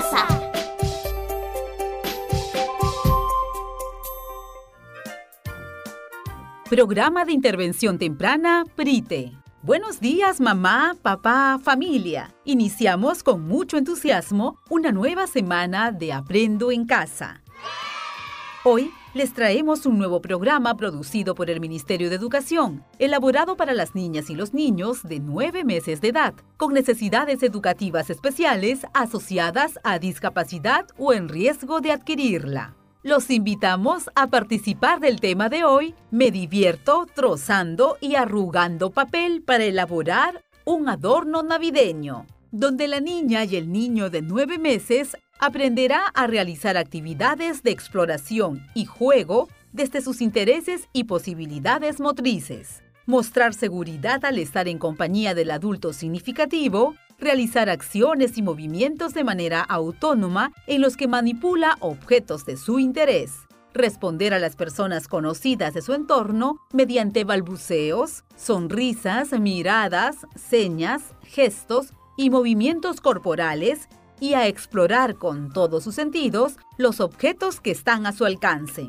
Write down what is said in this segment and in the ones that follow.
casa. Programa de Intervención Temprana PRITE. Buenos días, mamá, papá, familia. Iniciamos con mucho entusiasmo una nueva semana de Aprendo en Casa. Hoy les traemos un nuevo programa producido por el Ministerio de Educación, elaborado para las niñas y los niños de 9 meses de edad, con necesidades educativas especiales asociadas a discapacidad o en riesgo de adquirirla. Los invitamos a participar del tema de hoy. Me divierto trozando y arrugando papel para elaborar un adorno navideño, donde la niña y el niño de 9 meses aprenderá a realizar actividades de exploración y juego desde sus intereses y posibilidades motrices, mostrar seguridad al estar en compañía del adulto significativo, realizar acciones y movimientos de manera autónoma en los que manipula objetos de su interés, responder a las personas conocidas de su entorno mediante balbuceos, sonrisas, miradas, señas, gestos y movimientos corporales, y a explorar con todos sus sentidos los objetos que están a su alcance.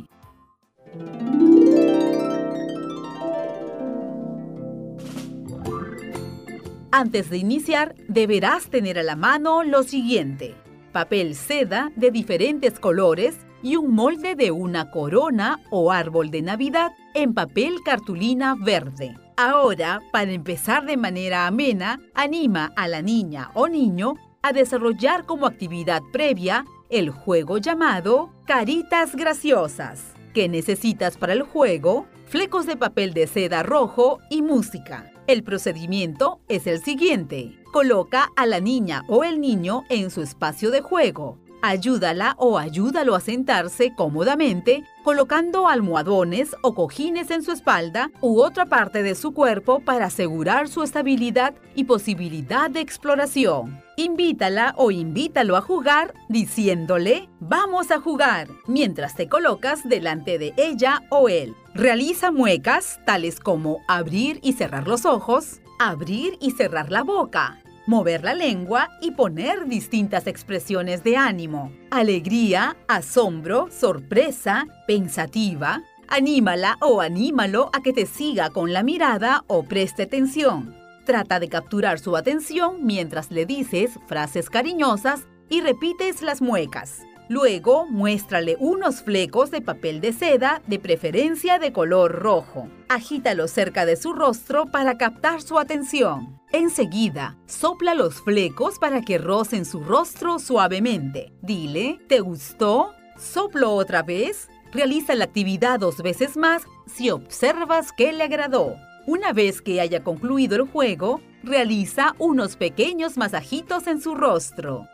Antes de iniciar, deberás tener a la mano lo siguiente: papel seda de diferentes colores y un molde de una corona o árbol de Navidad en papel cartulina verde. Ahora, para empezar de manera amena, anima a la niña o niño a desarrollar como actividad previa el juego llamado Caritas Graciosas. ¿Qué necesitas para el juego? Flecos de papel de seda rojo y música. El procedimiento es el siguiente: coloca a la niña o el niño en su espacio de juego. Ayúdala o ayúdalo a sentarse cómodamente, colocando almohadones o cojines en su espalda u otra parte de su cuerpo para asegurar su estabilidad y posibilidad de exploración. Invítala o invítalo a jugar diciéndole: «Vamos a jugar», mientras te colocas delante de ella o él. Realiza muecas tales como abrir y cerrar los ojos, abrir y cerrar la boca, mover la lengua y poner distintas expresiones de ánimo: alegría, asombro, sorpresa, pensativa. Anímala o anímalo a que te siga con la mirada o preste atención. Trata de capturar su atención mientras le dices frases cariñosas y repites las muecas. Luego, muéstrale unos flecos de papel de seda, de preferencia de color rojo. Agítalo cerca de su rostro para captar su atención. Enseguida, sopla los flecos para que rocen su rostro suavemente. Dile: ¿te gustó? Soplo otra vez. Realiza la actividad 2 veces más si observas que le agradó. Una vez que haya concluido el juego, realiza unos pequeños masajitos en su rostro.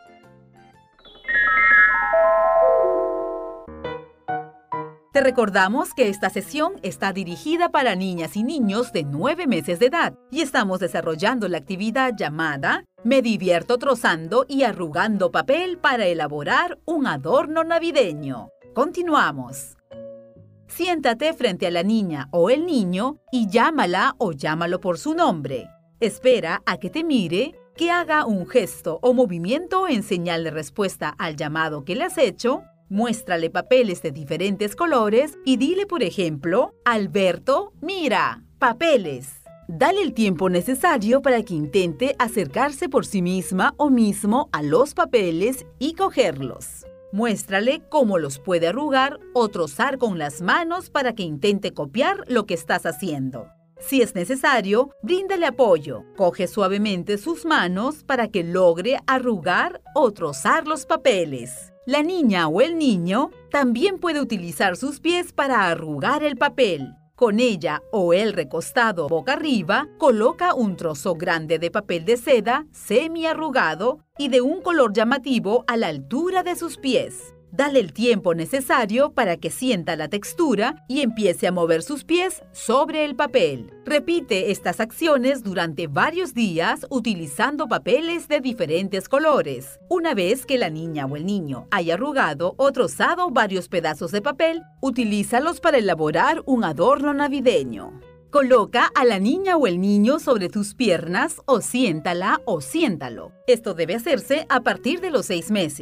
Te recordamos que esta sesión está dirigida para niñas y niños de 9 meses de edad y estamos desarrollando la actividad llamada Me divierto trozando y arrugando papel para elaborar un adorno navideño. Continuamos. Siéntate frente a la niña o el niño y llámala o llámalo por su nombre. Espera a que te mire, que haga un gesto o movimiento en señal de respuesta al llamado que le has hecho. Muéstrale papeles de diferentes colores y dile, por ejemplo: Alberto, mira, papeles. Dale el tiempo necesario para que intente acercarse por sí misma o mismo a los papeles y cogerlos. Muéstrale cómo los puede arrugar o trozar con las manos para que intente copiar lo que estás haciendo. Si es necesario, bríndale apoyo. Coge suavemente sus manos para que logre arrugar o trozar los papeles. La niña o el niño también puede utilizar sus pies para arrugar el papel. Con ella o él recostado boca arriba, coloca un trozo grande de papel de seda semi-arrugado y de un color llamativo a la altura de sus pies. Dale el tiempo necesario para que sienta la textura y empiece a mover sus pies sobre el papel. Repite estas acciones durante varios días utilizando papeles de diferentes colores. Una vez que la niña o el niño haya arrugado o trozado varios pedazos de papel, utilízalos para elaborar un adorno navideño. Coloca a la niña o el niño sobre tus piernas o siéntala o siéntalo. Esto debe hacerse a partir de los 6 meses.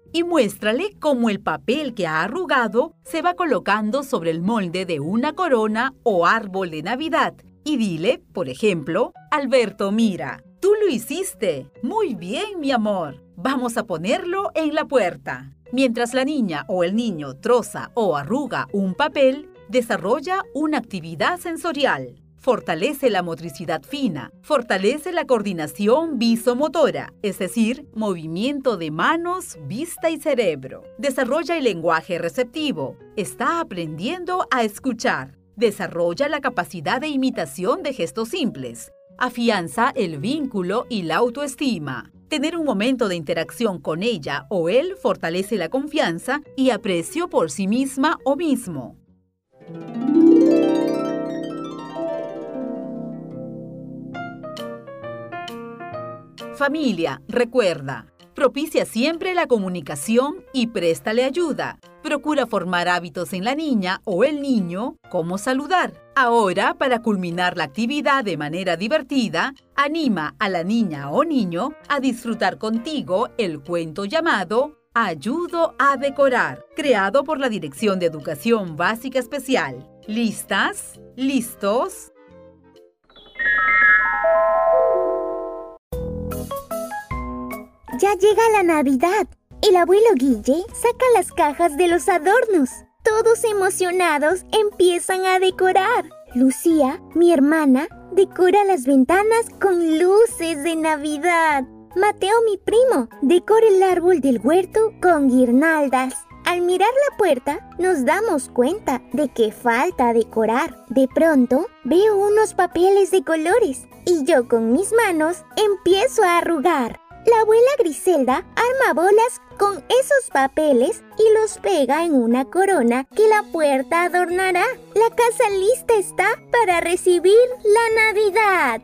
y muéstrale cómo el papel que ha arrugado se va colocando sobre el molde de una corona o árbol de Navidad. Y dile, por ejemplo, Alberto, mira, tú lo hiciste. Muy bien, mi amor. Vamos a ponerlo en la puerta. Mientras la niña o el niño troza o arruga un papel, desarrolla una actividad sensorial. Fortalece la motricidad fina, fortalece la coordinación visomotora, es decir, movimiento de manos, vista y cerebro. Desarrolla el lenguaje receptivo, está aprendiendo a escuchar. Desarrolla la capacidad de imitación de gestos simples. Afianza el vínculo y la autoestima. Tener un momento de interacción con ella o él fortalece la confianza y aprecio por sí misma o mismo. Familia, recuerda, propicia siempre la comunicación y préstale ayuda. Procura formar hábitos en la niña o el niño, como saludar. Ahora, para culminar la actividad de manera divertida, anima a la niña o niño a disfrutar contigo el cuento llamado Ayudo a decorar, creado por la Dirección de Educación Básica Especial. ¿Listas? ¿Listos? Ya llega la Navidad. El abuelo Guille saca las cajas de los adornos. Todos emocionados empiezan a decorar. Lucía, mi hermana, decora las ventanas con luces de Navidad. Mateo, mi primo, decora el árbol del huerto con guirnaldas. Al mirar la puerta, nos damos cuenta de que falta decorar. De pronto, veo unos papeles de colores y yo con mis manos empiezo a arrugar. La abuela Griselda arma bolas con esos papeles y los pega en una corona que la puerta adornará. La casa lista está para recibir la Navidad.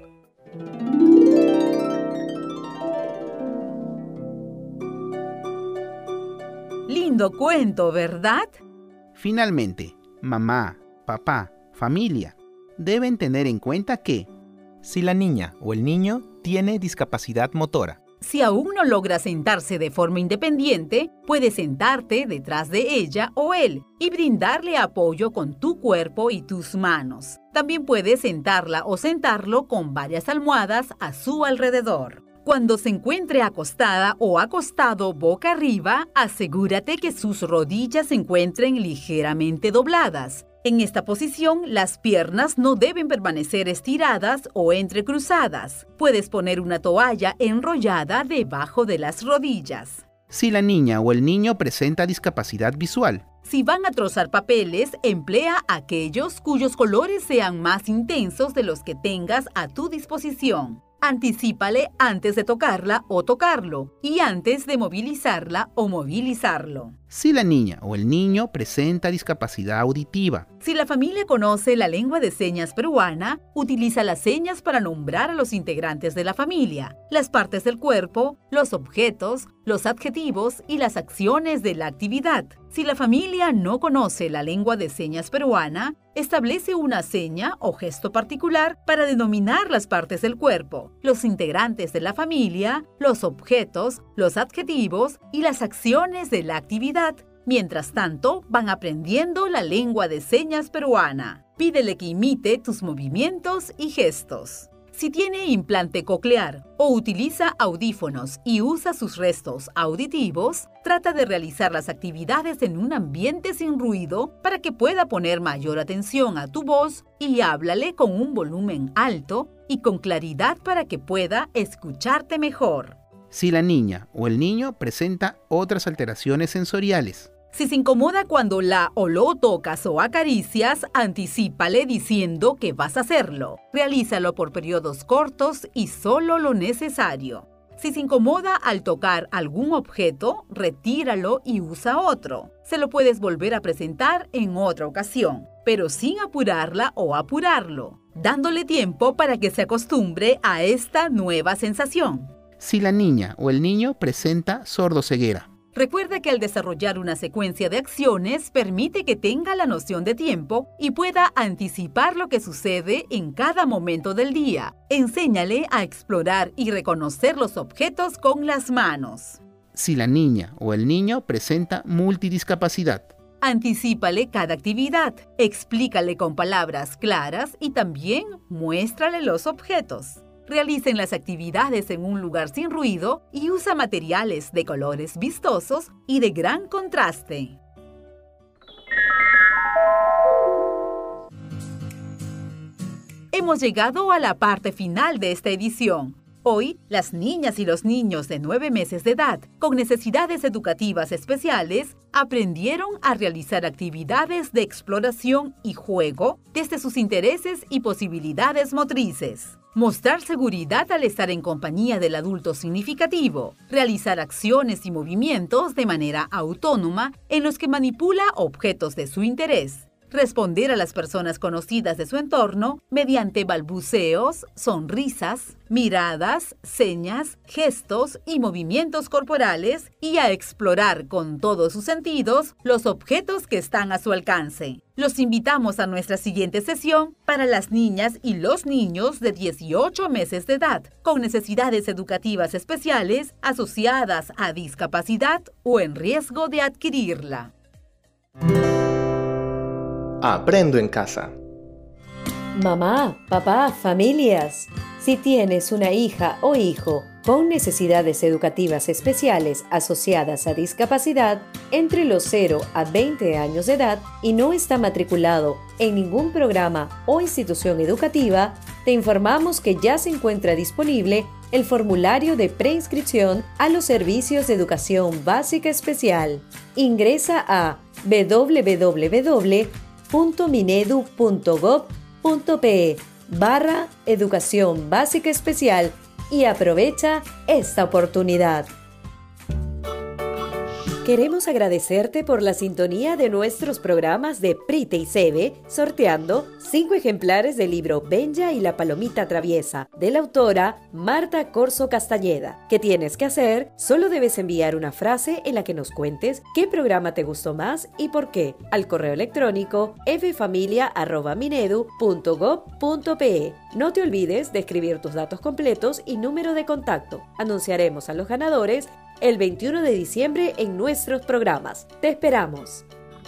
Lindo cuento, ¿verdad? Finalmente, mamá, papá, familia deben tener en cuenta que si la niña o el niño tiene discapacidad motora, si aún no logra sentarse de forma independiente, puedes sentarte detrás de ella o él y brindarle apoyo con tu cuerpo y tus manos. También puedes sentarla o sentarlo con varias almohadas a su alrededor. Cuando se encuentre acostada o acostado boca arriba, asegúrate que sus rodillas se encuentren ligeramente dobladas. En esta posición, las piernas no deben permanecer estiradas o entrecruzadas. Puedes poner una toalla enrollada debajo de las rodillas. si la niña o el niño presenta discapacidad visual. Si van a trozar papeles, emplea aquellos cuyos colores sean más intensos de los que tengas a tu disposición. Anticípale antes de tocarla o tocarlo y antes de movilizarla o movilizarlo. Si la niña o el niño presenta discapacidad auditiva. Si la familia conoce la lengua de señas peruana, utiliza las señas para nombrar a los integrantes de la familia, las partes del cuerpo, los objetos, los adjetivos y las acciones de la actividad. Si la familia no conoce la lengua de señas peruana, establece una seña o gesto particular para denominar las partes del cuerpo, los integrantes de la familia, los objetos, los adjetivos y las acciones de la actividad. Mientras tanto, van aprendiendo la lengua de señas peruana. Pídele que imite tus movimientos y gestos. Si tiene implante coclear o utiliza audífonos y usa sus restos auditivos, trata de realizar las actividades en un ambiente sin ruido para que pueda poner mayor atención a tu voz y háblale con un volumen alto y con claridad para que pueda escucharte mejor. Si la niña o el niño presenta otras alteraciones sensoriales. Si se incomoda cuando la o lo tocas o acaricias, anticípale diciendo que vas a hacerlo. Realízalo por periodos cortos y solo lo necesario. Si se incomoda al tocar algún objeto, retíralo y usa otro. Se lo puedes volver a presentar en otra ocasión, pero sin apurarla o apurarlo, dándole tiempo para que se acostumbre a esta nueva sensación. Si la niña o el niño presenta sordoceguera. Recuerda que al desarrollar una secuencia de acciones permite que tenga la noción de tiempo y pueda anticipar lo que sucede en cada momento del día. Enséñale a explorar y reconocer los objetos con las manos. si la niña o el niño presenta multidiscapacidad. Anticípale cada actividad, explícale con palabras claras y también muéstrale los objetos. Realicen las actividades en un lugar sin ruido y usa materiales de colores vistosos y de gran contraste. Hemos llegado a la parte final de esta edición. Hoy, las niñas y los niños de 9 meses de edad con necesidades educativas especiales aprendieron a realizar actividades de exploración y juego desde sus intereses y posibilidades motrices. Mostrar seguridad al estar en compañía del adulto significativo. Realizar acciones y movimientos de manera autónoma en los que manipula objetos de su interés. Responder a las personas conocidas de su entorno mediante balbuceos, sonrisas, miradas, señas, gestos y movimientos corporales y a explorar con todos sus sentidos los objetos que están a su alcance. Los invitamos a nuestra siguiente sesión para las niñas y los niños de 18 meses de edad con necesidades educativas especiales asociadas a discapacidad o en riesgo de adquirirla. Aprendo en casa. Mamá, papá, familias. Si tienes una hija o hijo con necesidades educativas especiales asociadas a discapacidad entre los 0 a 20 años de edad y no está matriculado en ningún programa o institución educativa, te informamos que ya se encuentra disponible el formulario de preinscripción a los servicios de educación básica especial. Ingresa a www.minedu.gov.pe/educación básica especial y aprovecha esta oportunidad. Queremos agradecerte por la sintonía de nuestros programas de Prite y Sebe, sorteando 5 ejemplares del libro Benja y la palomita traviesa, de la autora Marta Corso Castañeda. ¿Qué tienes que hacer? Solo debes enviar una frase en la que nos cuentes qué programa te gustó más y por qué, al correo electrónico ffamilia@minedu.gov.pe. No te olvides de escribir tus datos completos y número de contacto. Anunciaremos a los ganadores el 21 de diciembre en nuestros programas. ¡Te esperamos!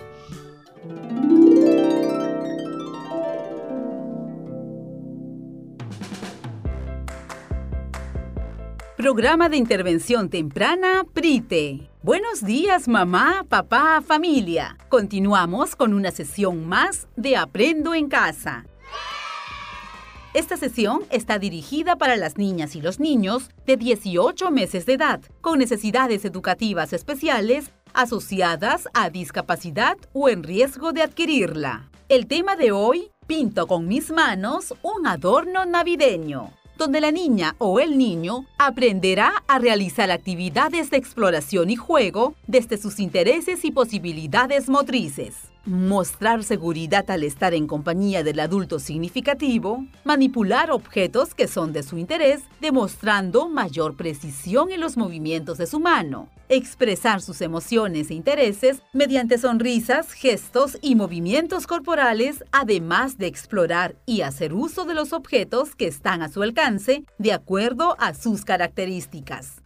Programa de intervención temprana PRITE. Buenos días, mamá, papá, familia. Continuamos con una sesión más de Aprendo en Casa. Esta sesión está dirigida para las niñas y los niños de 18 meses de edad con necesidades educativas especiales asociadas a discapacidad o en riesgo de adquirirla. El tema de hoy, pinto con mis manos un adorno navideño, donde la niña o el niño aprenderá a realizar actividades de exploración y juego desde sus intereses y posibilidades motrices. Mostrar seguridad al estar en compañía del adulto significativo, manipular objetos que son de su interés, demostrando mayor precisión en los movimientos de su mano, expresar sus emociones e intereses mediante sonrisas, gestos y movimientos corporales, además de explorar y hacer uso de los objetos que están a su alcance de acuerdo a sus características.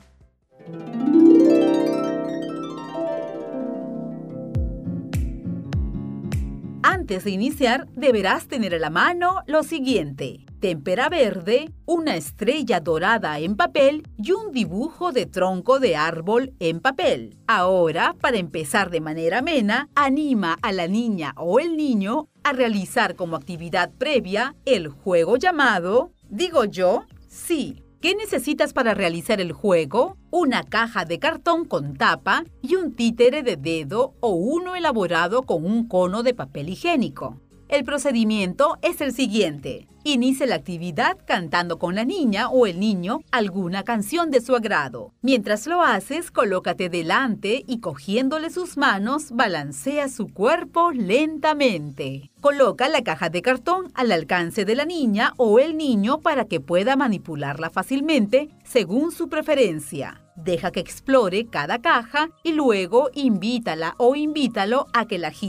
Antes de iniciar, deberás tener a la mano lo siguiente: témpera verde, una estrella dorada en papel y un dibujo de tronco de árbol en papel. Ahora, para empezar de manera amena, anima a la niña o el niño a realizar como actividad previa el juego llamado ¿Digo yo? Sí. ¿Qué necesitas para realizar el juego? Una caja de cartón con tapa y un títere de dedo o uno elaborado con un cono de papel higiénico. El procedimiento es el siguiente. Inicia la actividad cantando con la niña o el niño alguna canción de su agrado. Mientras lo haces, colócate delante y cogiéndole sus manos, balancea su cuerpo lentamente. Coloca la caja de cartón al alcance de la niña o el niño para que pueda manipularla fácilmente según su preferencia. Deja que explore cada caja y luego invítala o invítalo a que la agite.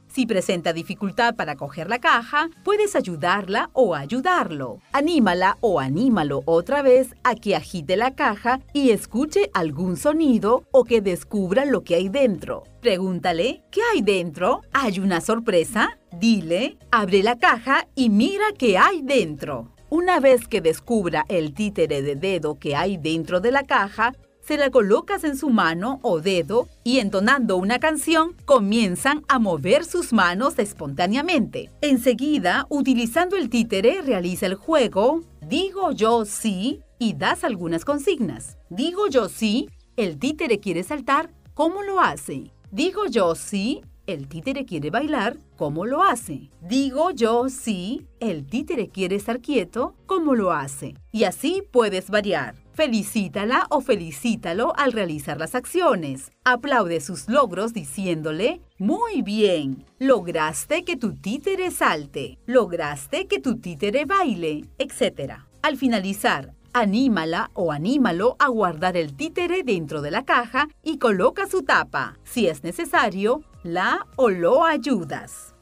Si presenta dificultad para coger la caja, puedes ayudarla o ayudarlo. Anímala o anímalo otra vez a que agite la caja y escuche algún sonido o que descubra lo que hay dentro. Pregúntale, ¿qué hay dentro? ¿Hay una sorpresa? Dile, abre la caja y mira qué hay dentro. Una vez que descubra el títere de dedo que hay dentro de la caja, se la colocas en su mano o dedo y entonando una canción, comienzan a mover sus manos espontáneamente. Enseguida, utilizando el títere, realiza el juego Digo yo sí y das algunas consignas. Digo yo sí, el títere quiere saltar, ¿cómo lo hace? Digo yo sí, el títere quiere bailar, ¿cómo lo hace? Digo yo sí, el títere quiere estar quieto, ¿cómo lo hace? Y así puedes variar. Felicítala o felicítalo al realizar las acciones. Aplaude sus logros diciéndole, muy bien, lograste que tu títere salte, lograste que tu títere baile, etc. Al finalizar, anímala o anímalo a guardar el títere dentro de la caja y coloca su tapa. Si es necesario, la o lo ayudas.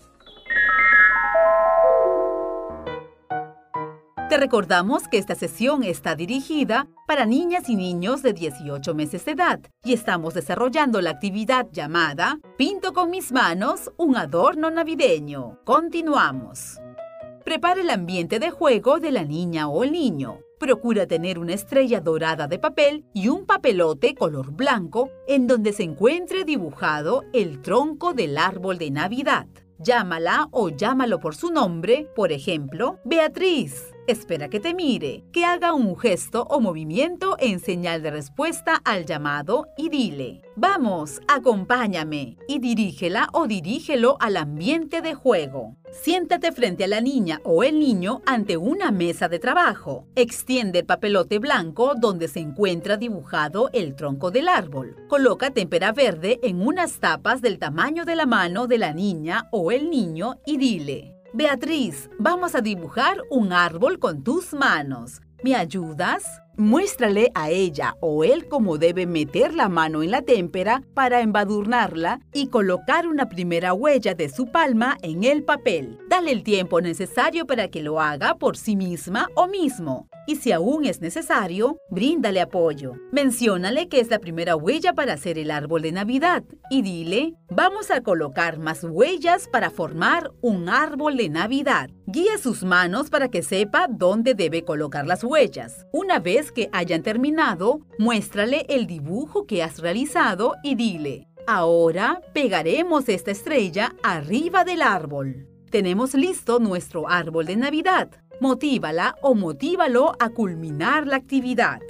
Te recordamos que esta sesión está dirigida para niñas y niños de 18 meses de edad y estamos desarrollando la actividad llamada Pinto con mis manos un adorno navideño. Continuamos. Prepara el ambiente de juego de la niña o el niño. Procura tener una estrella dorada de papel y un papelote color blanco en donde se encuentre dibujado el tronco del árbol de Navidad. Llámala o llámalo por su nombre, por ejemplo, Beatriz. Espera que te mire, que haga un gesto o movimiento en señal de respuesta al llamado y dile, vamos, acompáñame, y dirígela o dirígelo al ambiente de juego. Siéntate frente a la niña o el niño ante una mesa de trabajo. Extiende el papelote blanco donde se encuentra dibujado el tronco del árbol. Coloca témpera verde en unas tapas del tamaño de la mano de la niña o el niño y dile, Beatriz, vamos a dibujar un árbol con tus manos. ¿Me ayudas? Muéstrale a ella o él cómo debe meter la mano en la témpera para embadurnarla y colocar una primera huella de su palma en el papel. Dale el tiempo necesario para que lo haga por sí misma o mismo. Y si aún es necesario, bríndale apoyo. Menciónale que es la primera huella para hacer el árbol de Navidad y dile, vamos a colocar más huellas para formar un árbol de Navidad. Guía sus manos para que sepa dónde debe colocar las huellas. Una vez que hayan terminado, muéstrale el dibujo que has realizado y dile, ahora pegaremos esta estrella arriba del árbol. Tenemos listo nuestro árbol de Navidad. Motívala o motívalo a culminar la actividad.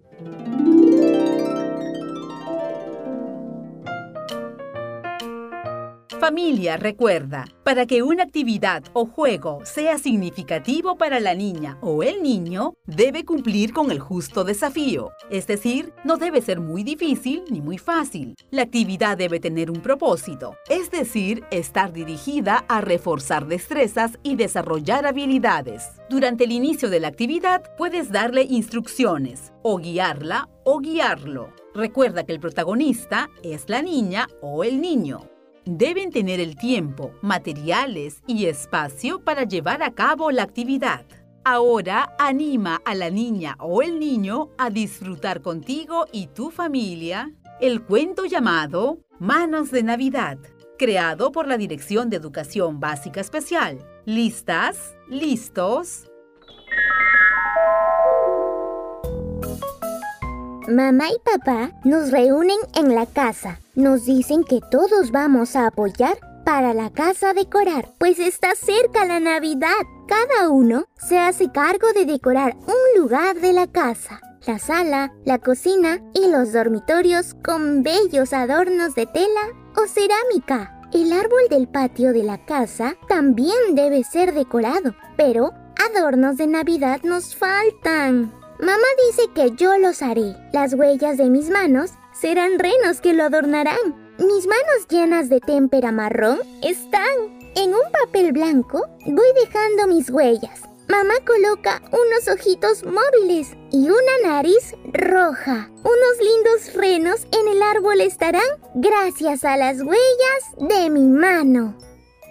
Familia, recuerda, para que una actividad o juego sea significativo para la niña o el niño, debe cumplir con el justo desafío. Es decir, no debe ser muy difícil ni muy fácil. La actividad debe tener un propósito, es decir, estar dirigida a reforzar destrezas y desarrollar habilidades. Durante el inicio de la actividad, puedes darle instrucciones, o guiarla o guiarlo. Recuerda que el protagonista es la niña o el niño. Deben tener el tiempo, materiales y espacio para llevar a cabo la actividad. Ahora anima a la niña o el niño a disfrutar contigo y tu familia el cuento llamado Manos de Navidad, creado por la Dirección de Educación Básica Especial. ¿Listas? ¿Listos? Mamá y papá nos reúnen en la casa. Nos dicen que todos vamos a apoyar para la casa a decorar, pues está cerca la Navidad. Cada uno se hace cargo de decorar un lugar de la casa, la sala, la cocina y los dormitorios con bellos adornos de tela o cerámica. El árbol del patio de la casa también debe ser decorado, pero adornos de Navidad nos faltan. Mamá dice que yo los haré. Las huellas de mis manos serán renos que lo adornarán. Mis manos llenas de témpera marrón están. En un papel blanco voy dejando mis huellas. Mamá coloca unos ojitos móviles y una nariz roja. Unos lindos renos en el árbol estarán gracias a las huellas de mi mano.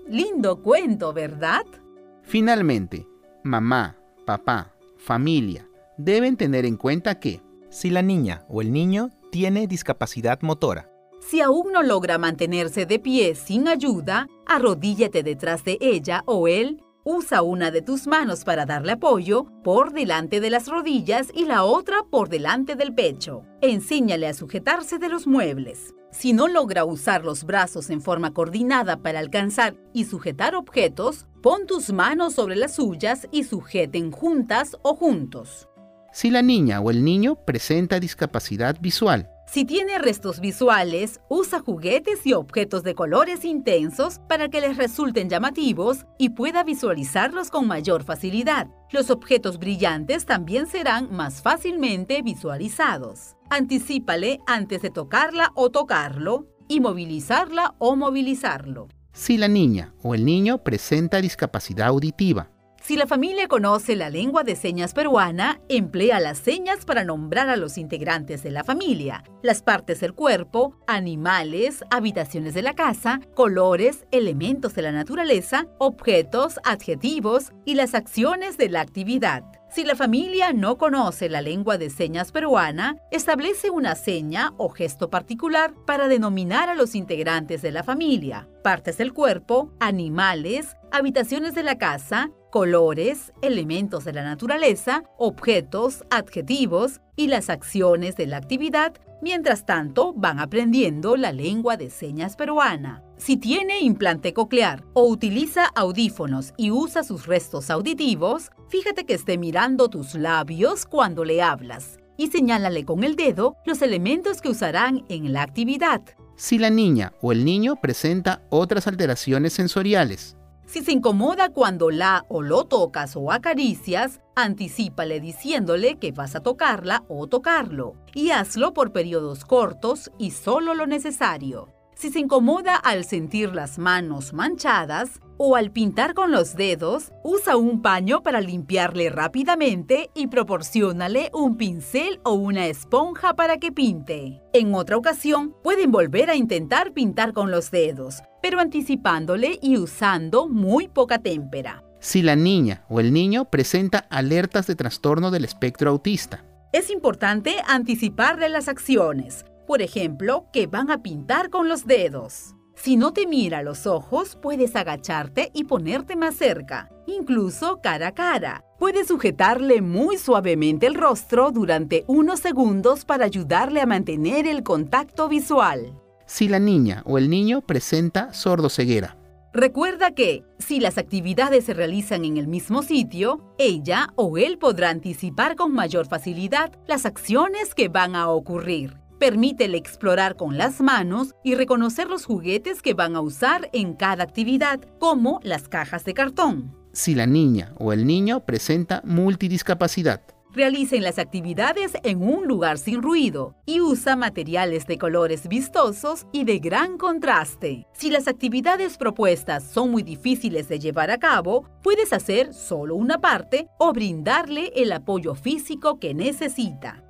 Lindo cuento, ¿verdad? Finalmente, mamá, papá, familia deben tener en cuenta que si la niña o el niño tiene discapacidad motora, si aún no logra mantenerse de pie sin ayuda, arrodíllate detrás de ella o él. Usa una de tus manos para darle apoyo por delante de las rodillas y la otra por delante del pecho. Enséñale a sujetarse de los muebles. Si no logra usar los brazos en forma coordinada para alcanzar y sujetar objetos, pon tus manos sobre las suyas y sujeten juntas o juntos. si la niña o el niño presenta discapacidad visual. Si tiene restos visuales, usa juguetes y objetos de colores intensos para que les resulten llamativos y pueda visualizarlos con mayor facilidad. Los objetos brillantes también serán más fácilmente visualizados. Anticípale antes de tocarla o tocarlo y movilizarla o movilizarlo. Si la niña o el niño presenta discapacidad auditiva. Si la familia conoce la lengua de señas peruana, emplea las señas para nombrar a los integrantes de la familia, las partes del cuerpo, animales, habitaciones de la casa, colores, elementos de la naturaleza, objetos, adjetivos y las acciones de la actividad. Si la familia no conoce la lengua de señas peruana, establece una seña o gesto particular para denominar a los integrantes de la familia, partes del cuerpo, animales, habitaciones de la casa, colores, elementos de la naturaleza, objetos, adjetivos y las acciones de la actividad. Mientras tanto, van aprendiendo la lengua de señas peruana. Si tiene implante coclear o utiliza audífonos y usa sus restos auditivos, fíjate que esté mirando tus labios cuando le hablas y señálale con el dedo los elementos que usarán en la actividad. Si la niña o el niño presenta otras alteraciones sensoriales. Si se incomoda cuando la o lo tocas o acaricias, anticípale diciéndole que vas a tocarla o tocarlo y hazlo por periodos cortos y solo lo necesario. Si se incomoda al sentir las manos manchadas o al pintar con los dedos, usa un paño para limpiarle rápidamente y proporciónale un pincel o una esponja para que pinte. En otra ocasión, pueden volver a intentar pintar con los dedos, pero anticipándole y usando muy poca témpera. Si la niña o el niño presenta alertas de trastorno del espectro autista. Es importante anticiparle las acciones. Por ejemplo, que van a pintar con los dedos. Si no te mira a los ojos, puedes agacharte y ponerte más cerca, incluso cara a cara. Puedes sujetarle muy suavemente el rostro durante unos segundos para ayudarle a mantener el contacto visual. Si la niña o el niño presenta sordoceguera. Recuerda que, si las actividades se realizan en el mismo sitio, ella o él podrá anticipar con mayor facilidad las acciones que van a ocurrir. Permítele explorar con las manos y reconocer los juguetes que van a usar en cada actividad, como las cajas de cartón. Si la niña o el niño presenta multidiscapacidad. Realicen las actividades en un lugar sin ruido y usa materiales de colores vistosos y de gran contraste. Si las actividades propuestas son muy difíciles de llevar a cabo, puedes hacer solo una parte o brindarle el apoyo físico que necesita.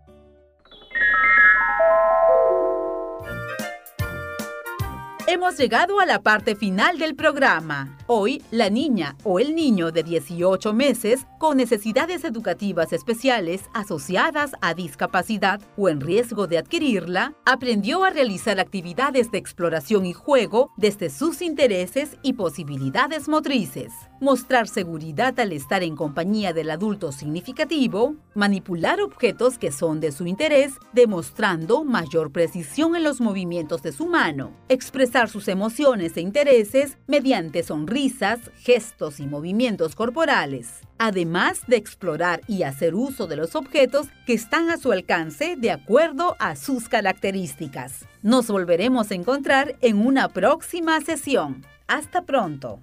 Hemos llegado a la parte final del programa. Hoy, la niña o el niño de 18 meses con necesidades educativas especiales asociadas a discapacidad o en riesgo de adquirirla, aprendió a realizar actividades de exploración y juego desde sus intereses y posibilidades motrices. Mostrar seguridad al estar en compañía del adulto significativo, manipular objetos que son de su interés, demostrando mayor precisión en los movimientos de su mano, expresar sus emociones e intereses mediante sonrisas, gestos y movimientos corporales, además de explorar y hacer uso de los objetos que están a su alcance de acuerdo a sus características. Nos volveremos a encontrar en una próxima sesión. Hasta pronto.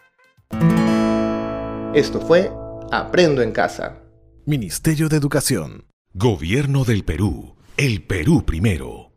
Esto fue Aprendo en Casa. Ministerio de Educación. Gobierno del Perú. El Perú primero.